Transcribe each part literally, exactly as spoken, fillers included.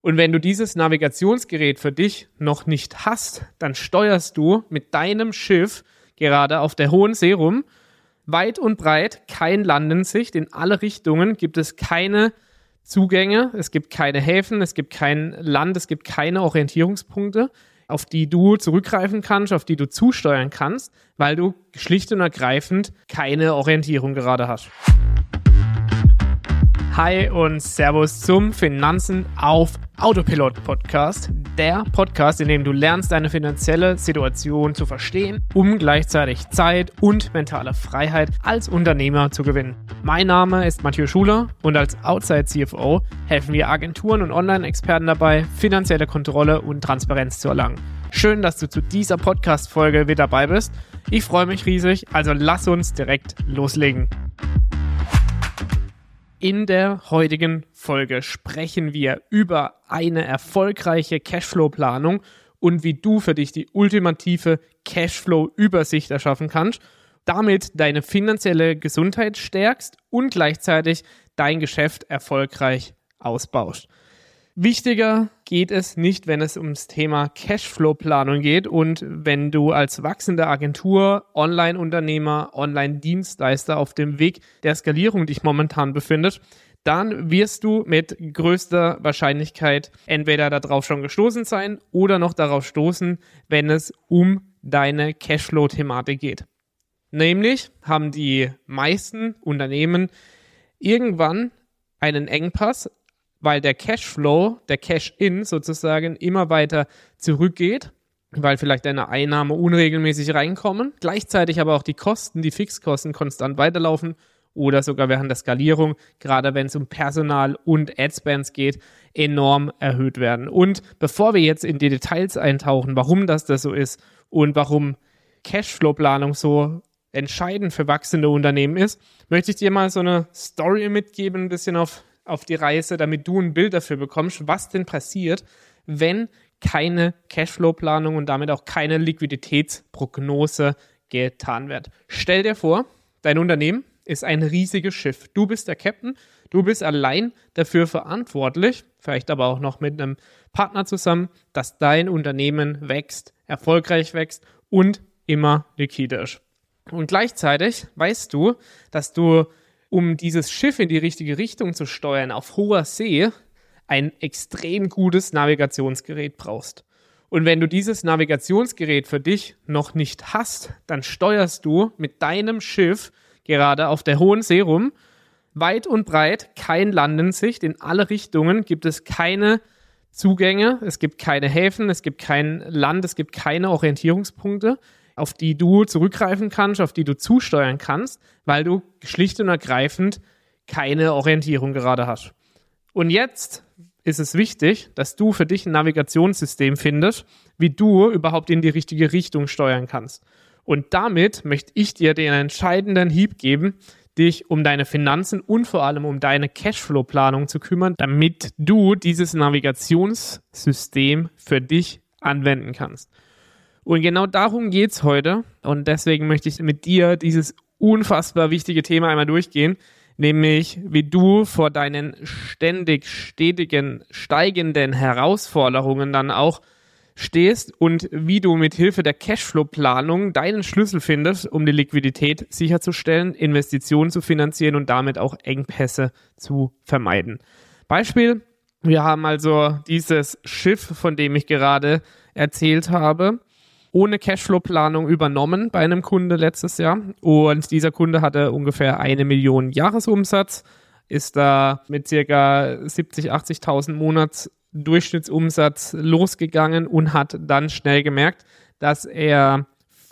Und wenn du dieses Navigationsgerät für dich noch nicht hast, dann steuerst du mit deinem Schiff gerade auf der hohen See rum. Weit und breit, kein Land in Sicht. In alle Richtungen gibt es keine Zugänge, es gibt keine Häfen, es gibt kein Land, es gibt keine Orientierungspunkte, auf die du zurückgreifen kannst, auf die du zusteuern kannst, weil du schlicht und ergreifend keine Orientierung gerade hast. Hi und Servus zum Finanzen auf Autopilot Podcast. Der Podcast, in dem du lernst, deine finanzielle Situation zu verstehen, um gleichzeitig Zeit und mentale Freiheit als Unternehmer zu gewinnen. Mein Name ist Mathieu Schuler und als Outside C F O helfen wir Agenturen und Online-Experten dabei, finanzielle Kontrolle und Transparenz zu erlangen. Schön, dass du zu dieser Podcast-Folge wieder dabei bist. Ich freue mich riesig, also lass uns direkt loslegen. In der heutigen Folge sprechen wir über eine erfolgreiche Cashflow-Planung und wie du für dich die ultimative Cashflow-Übersicht erschaffen kannst, damit deine finanzielle Gesundheit stärkst und gleichzeitig dein Geschäft erfolgreich ausbaust. Wichtiger geht es nicht, wenn es ums Thema Cashflow-Planung geht und wenn du als wachsende Agentur, Online-Unternehmer, Online-Dienstleister auf dem Weg der Skalierung dich momentan befindest, dann wirst du mit größter Wahrscheinlichkeit entweder darauf schon gestoßen sein oder noch darauf stoßen, wenn es um deine Cashflow-Thematik geht. Nämlich haben die meisten Unternehmen irgendwann einen Engpass, weil der Cashflow, der Cash-In sozusagen immer weiter zurückgeht, weil vielleicht deine Einnahmen unregelmäßig reinkommen, gleichzeitig aber auch die Kosten, die Fixkosten konstant weiterlaufen oder sogar während der Skalierung, gerade wenn es um Personal und Adspends geht, enorm erhöht werden. Und bevor wir jetzt in die Details eintauchen, warum das, das so ist und warum Cashflow-Planung so entscheidend für wachsende Unternehmen ist, möchte ich dir mal so eine Story mitgeben, ein bisschen auf auf die Reise, damit du ein Bild dafür bekommst, was denn passiert, wenn keine Cashflow-Planung und damit auch keine Liquiditätsprognose getan wird. Stell dir vor, dein Unternehmen ist ein riesiges Schiff. Du bist der Captain, du bist allein dafür verantwortlich, vielleicht aber auch noch mit einem Partner zusammen, dass dein Unternehmen wächst, erfolgreich wächst und immer liquide ist. Und gleichzeitig weißt du, dass du, um dieses Schiff in die richtige Richtung zu steuern, auf hoher See, ein extrem gutes Navigationsgerät brauchst. Und wenn du dieses Navigationsgerät für dich noch nicht hast, dann steuerst du mit deinem Schiff gerade auf der hohen See rum. Weit und breit, kein Land in Sicht. In alle Richtungen gibt es keine Zugänge, es gibt keine Häfen, es gibt kein Land, es gibt keine Orientierungspunkte, auf die du zurückgreifen kannst, auf die du zusteuern kannst, weil du schlicht und ergreifend keine Orientierung gerade hast. Und jetzt ist es wichtig, dass du für dich ein Navigationssystem findest, wie du überhaupt in die richtige Richtung steuern kannst. Und damit möchte ich dir den entscheidenden Hieb geben, dich um deine Finanzen und vor allem um deine Cashflow-Planung zu kümmern, damit du dieses Navigationssystem für dich anwenden kannst. Und genau darum geht es heute und deswegen möchte ich mit dir dieses unfassbar wichtige Thema einmal durchgehen, nämlich wie du vor deinen ständig stetigen, steigenden Herausforderungen dann auch stehst und wie du mit Hilfe der Cashflow-Planung deinen Schlüssel findest, um die Liquidität sicherzustellen, Investitionen zu finanzieren und damit auch Engpässe zu vermeiden. Beispiel, wir haben also dieses Schiff, von dem ich gerade erzählt habe, ohne Cashflow-Planung übernommen bei einem Kunde letztes Jahr und dieser Kunde hatte ungefähr eine Million Jahresumsatz, ist da mit circa siebzig, achtzigtausend Monatsdurchschnittsumsatz losgegangen und hat dann schnell gemerkt, dass er,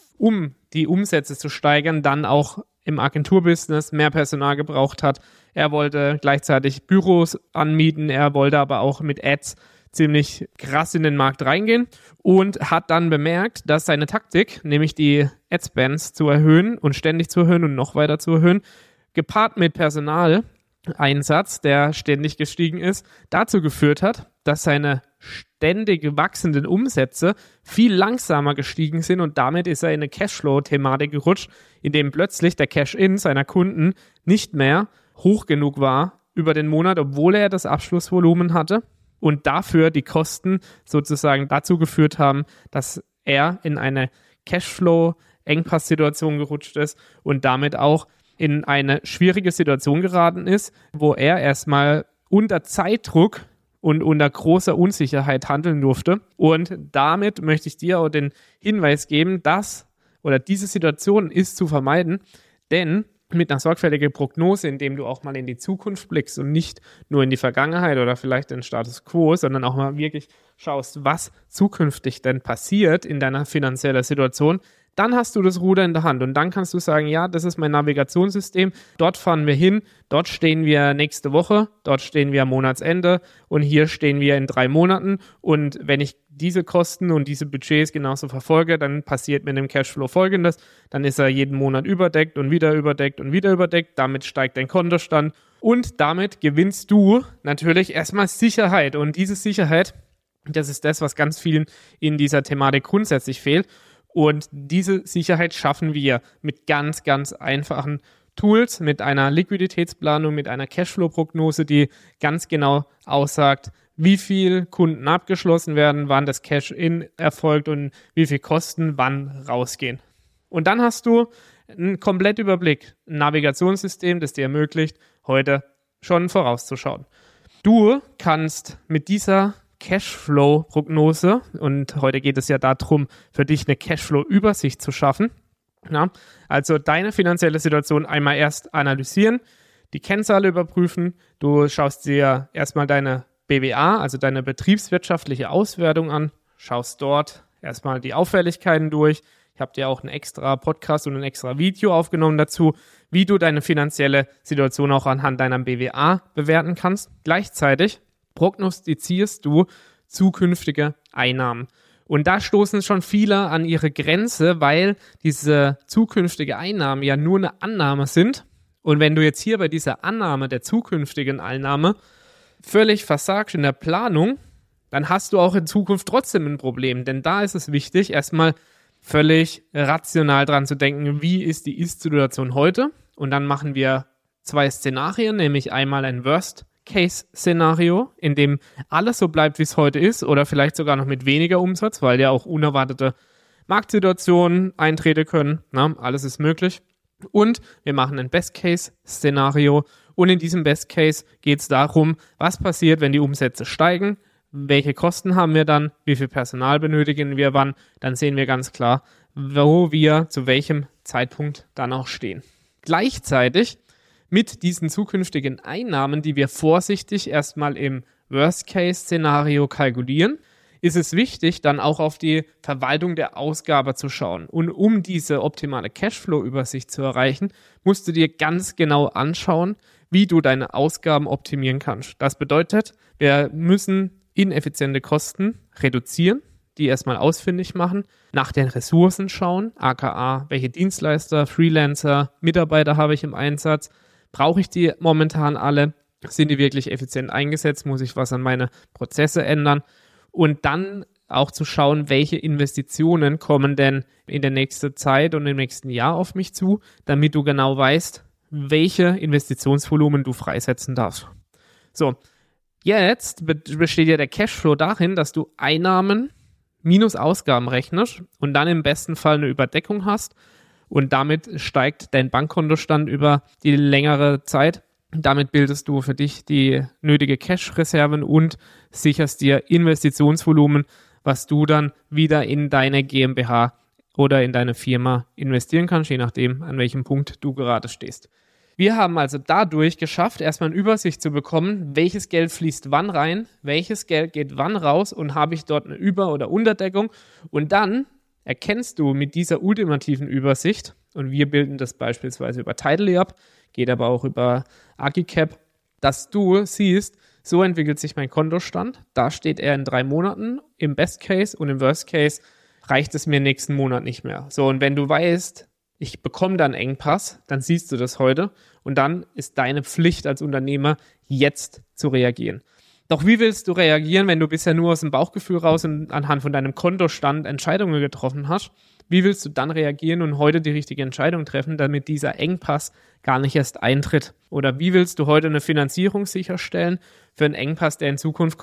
um die Umsätze zu steigern, dann auch im Agenturbusiness mehr Personal gebraucht hat. Er wollte gleichzeitig Büros anmieten, er wollte aber auch mit Ads ziemlich krass in den Markt reingehen und hat dann bemerkt, dass seine Taktik, nämlich die Adspends zu erhöhen und ständig zu erhöhen und noch weiter zu erhöhen, gepaart mit Personaleinsatz, der ständig gestiegen ist, dazu geführt hat, dass seine ständig wachsenden Umsätze viel langsamer gestiegen sind und damit ist er in eine Cashflow-Thematik gerutscht, in dem plötzlich der Cash-In seiner Kunden nicht mehr hoch genug war über den Monat, obwohl er das Abschlussvolumen hatte. und dafür die Kosten sozusagen dazu geführt haben, dass er in eine Cashflow-Engpass-Situation gerutscht ist und damit auch in eine schwierige Situation geraten ist, wo er erstmal unter Zeitdruck und unter großer Unsicherheit handeln durfte. Und damit möchte ich dir auch den Hinweis geben, dass oder diese Situation ist zu vermeiden, denn mit einer sorgfältigen Prognose, indem du auch mal in die Zukunft blickst und nicht nur in die Vergangenheit oder vielleicht den Status Quo, sondern auch mal wirklich schaust, was zukünftig denn passiert in deiner finanziellen Situation, dann hast du das Ruder in der Hand und dann kannst du sagen, ja, das ist mein Navigationssystem, dort fahren wir hin, dort stehen wir nächste Woche, dort stehen wir am Monatsende und hier stehen wir in drei Monaten und wenn ich diese Kosten und diese Budgets genauso verfolge, dann passiert mit dem Cashflow Folgendes, dann ist er jeden Monat überdeckt und wieder überdeckt und wieder überdeckt, damit steigt dein Kontostand und damit gewinnst du natürlich erstmal Sicherheit und diese Sicherheit, das ist das, was ganz vielen in dieser Thematik grundsätzlich fehlt. Und diese Sicherheit schaffen wir mit ganz, ganz einfachen Tools, mit einer Liquiditätsplanung, mit einer Cashflow-Prognose, die ganz genau aussagt, wie viel Kunden abgeschlossen werden, wann das Cash-In erfolgt und wie viel Kosten wann rausgehen. Und dann hast du einen Komplettüberblick, ein Navigationssystem, das dir ermöglicht, heute schon vorauszuschauen. Du kannst mit dieser Cashflow-Prognose und heute geht es ja darum, für dich eine Cashflow-Übersicht zu schaffen. Ja, also deine finanzielle Situation einmal erst analysieren, die Kennzahl überprüfen, du schaust dir erstmal deine B W A, also deine betriebswirtschaftliche Auswertung an, schaust dort erstmal die Auffälligkeiten durch. Ich habe dir auch einen extra Podcast und ein extra Video aufgenommen dazu, wie du deine finanzielle Situation auch anhand deiner B W A bewerten kannst. Gleichzeitig prognostizierst du zukünftige Einnahmen. Und da stoßen schon viele an ihre Grenze, weil diese zukünftige Einnahmen ja nur eine Annahme sind. Und wenn du jetzt hier bei dieser Annahme der zukünftigen Einnahme völlig versagst in der Planung, dann hast du auch in Zukunft trotzdem ein Problem. Denn da ist es wichtig, erstmal völlig rational dran zu denken, wie ist die Ist-Situation heute? Und dann machen wir zwei Szenarien, nämlich einmal ein Worst-Case-Szenario, in dem alles so bleibt, wie es heute ist oder vielleicht sogar noch mit weniger Umsatz, weil ja auch unerwartete Marktsituationen eintreten können. Na, alles ist möglich. Und wir machen ein Best-Case-Szenario und in diesem Best-Case geht es darum, was passiert, wenn die Umsätze steigen, welche Kosten haben wir dann, wie viel Personal benötigen wir wann, dann sehen wir ganz klar, wo wir zu welchem Zeitpunkt dann auch stehen. Gleichzeitig mit diesen zukünftigen Einnahmen, die wir vorsichtig erstmal im Worst-Case-Szenario kalkulieren, ist es wichtig, dann auch auf die Verwaltung der Ausgabe zu schauen. Und um diese optimale Cashflow-Übersicht zu erreichen, musst du dir ganz genau anschauen, wie du deine Ausgaben optimieren kannst. Das bedeutet, wir müssen ineffiziente Kosten reduzieren, die erstmal ausfindig machen, nach den Ressourcen schauen, aka welche Dienstleister, Freelancer, Mitarbeiter habe ich im Einsatz, brauche ich die momentan alle, sind die wirklich effizient eingesetzt, muss ich was an meine Prozesse ändern und dann auch zu schauen, welche Investitionen kommen denn in der nächsten Zeit und im nächsten Jahr auf mich zu, damit du genau weißt, welche Investitionsvolumen du freisetzen darfst. So, jetzt besteht ja der Cashflow darin, dass du Einnahmen minus Ausgaben rechnest und dann im besten Fall eine Überdeckung hast und damit steigt dein Bankkontostand über die längere Zeit. Damit bildest du für dich die nötige Cash-Reserven und sicherst dir Investitionsvolumen, was du dann wieder in deine GmbH oder in deine Firma investieren kannst, je nachdem, an welchem Punkt du gerade stehst. Wir haben also dadurch geschafft, erstmal eine Übersicht zu bekommen, welches Geld fließt wann rein, welches Geld geht wann raus und habe ich dort eine Über- oder Unterdeckung. Und dann erkennst du mit dieser ultimativen Übersicht, und wir bilden das beispielsweise über Tidely ab, geht aber auch über Agicap, dass du siehst, so entwickelt sich mein Kontostand, da steht er in drei Monaten im Best Case und im Worst Case reicht es mir nächsten Monat nicht mehr. So, und wenn du weißt, ich bekomme dann Engpass, dann siehst du das heute und dann ist deine Pflicht als Unternehmer, jetzt zu reagieren. Doch wie willst du reagieren, wenn du bisher nur aus dem Bauchgefühl raus und anhand von deinem Kontostand Entscheidungen getroffen hast? Wie willst du dann reagieren und heute die richtige Entscheidung treffen, damit dieser Engpass gar nicht erst eintritt? Oder wie willst du heute eine Finanzierung sicherstellen für einen Engpass, der in Zukunft kommt,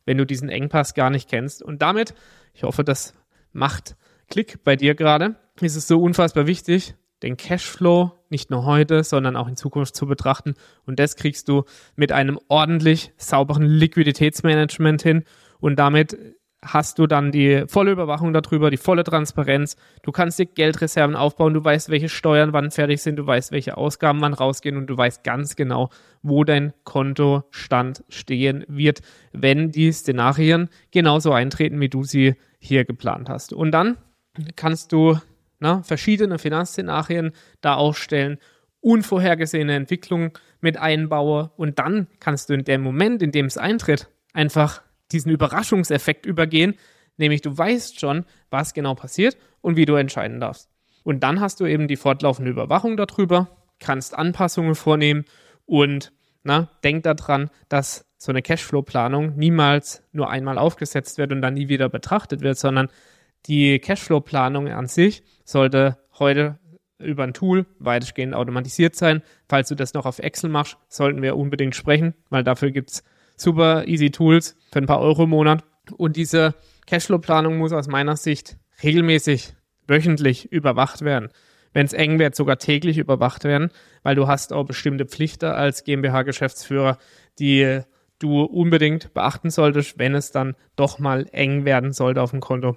wenn du diesen Engpass gar nicht kennst. Und damit, ich hoffe, das macht Klick bei dir gerade, ist es so unfassbar wichtig, den Cashflow nicht nur heute, sondern auch in Zukunft zu betrachten. Und das kriegst du mit einem ordentlich sauberen Liquiditätsmanagement hin. Und damit hast du dann die volle Überwachung darüber, die volle Transparenz. Du kannst dir Geldreserven aufbauen, du weißt, welche Steuern wann fertig sind, du weißt, welche Ausgaben wann rausgehen und du weißt ganz genau, wo dein Kontostand stehen wird, wenn die Szenarien genauso eintreten, wie du sie hier geplant hast. Und dann kannst du na, verschiedene Finanzszenarien da aufstellen, unvorhergesehene Entwicklungen mit einbauen und dann kannst du in dem Moment, in dem es eintritt, einfach diesen Überraschungseffekt übergehen, nämlich du weißt schon, was genau passiert und wie du entscheiden darfst. Und dann hast du eben die fortlaufende Überwachung darüber, kannst Anpassungen vornehmen und na, denk daran, dass so eine Cashflow-Planung niemals nur einmal aufgesetzt wird und dann nie wieder betrachtet wird, sondern die Cashflow-Planung an sich sollte heute über ein Tool weitestgehend automatisiert sein. Falls du das noch auf Excel machst, sollten wir unbedingt sprechen, weil dafür gibt es super easy Tools für ein paar Euro im Monat. Und diese Cashflow-Planung muss aus meiner Sicht regelmäßig, wöchentlich überwacht werden. Wenn es eng wird, sogar täglich überwacht werden, weil du hast auch bestimmte Pflichten als GmbH-Geschäftsführer, die du unbedingt beachten solltest, wenn es dann doch mal eng werden sollte auf dem Konto.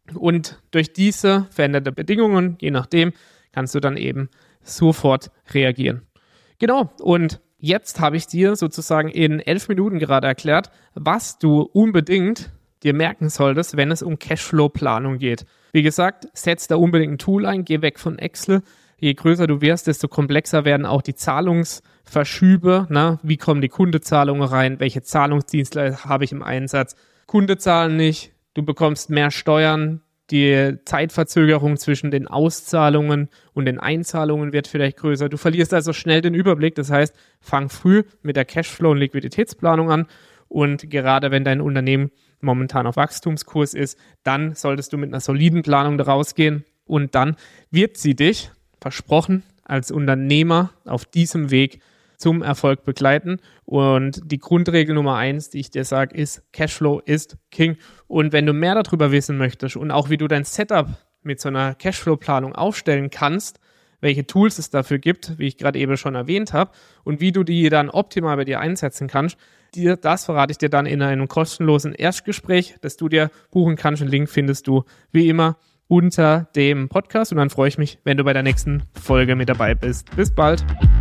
Und durch diese veränderte Bedingungen, je nachdem, kannst du dann eben sofort reagieren. Genau, und jetzt habe ich dir sozusagen in elf Minuten gerade erklärt, was du unbedingt dir merken solltest, wenn es um Cashflow-Planung geht. Wie gesagt, setz da unbedingt ein Tool ein, geh weg von Excel. Je größer du wirst, desto komplexer werden auch die Zahlungsverschübe. Na, wie kommen die Kundenzahlungen rein? Welche Zahlungsdienstleister habe ich im Einsatz? Kunde zahlen nicht, du bekommst mehr Steuern. Die Zeitverzögerung zwischen den Auszahlungen und den Einzahlungen wird vielleicht größer. Du verlierst also schnell den Überblick. Das heißt, fang früh mit der Cashflow- und Liquiditätsplanung an. Und gerade wenn dein Unternehmen momentan auf Wachstumskurs ist, dann solltest du mit einer soliden Planung daraus gehen. Und dann wird sie dich, versprochen, als Unternehmer auf diesem Weg zum Erfolg begleiten. Und die Grundregel Nummer eins, die ich dir sage, ist, Cashflow ist King. Und wenn du mehr darüber wissen möchtest und auch wie du dein Setup mit so einer Cashflow-Planung aufstellen kannst, welche Tools es dafür gibt, wie ich gerade eben schon erwähnt habe, und wie du die dann optimal bei dir einsetzen kannst, dir, das verrate ich dir dann in einem kostenlosen Erstgespräch, das du dir buchen kannst. Den Link findest du wie immer unter dem Podcast und dann freue ich mich, wenn du bei der nächsten Folge mit dabei bist. Bis bald.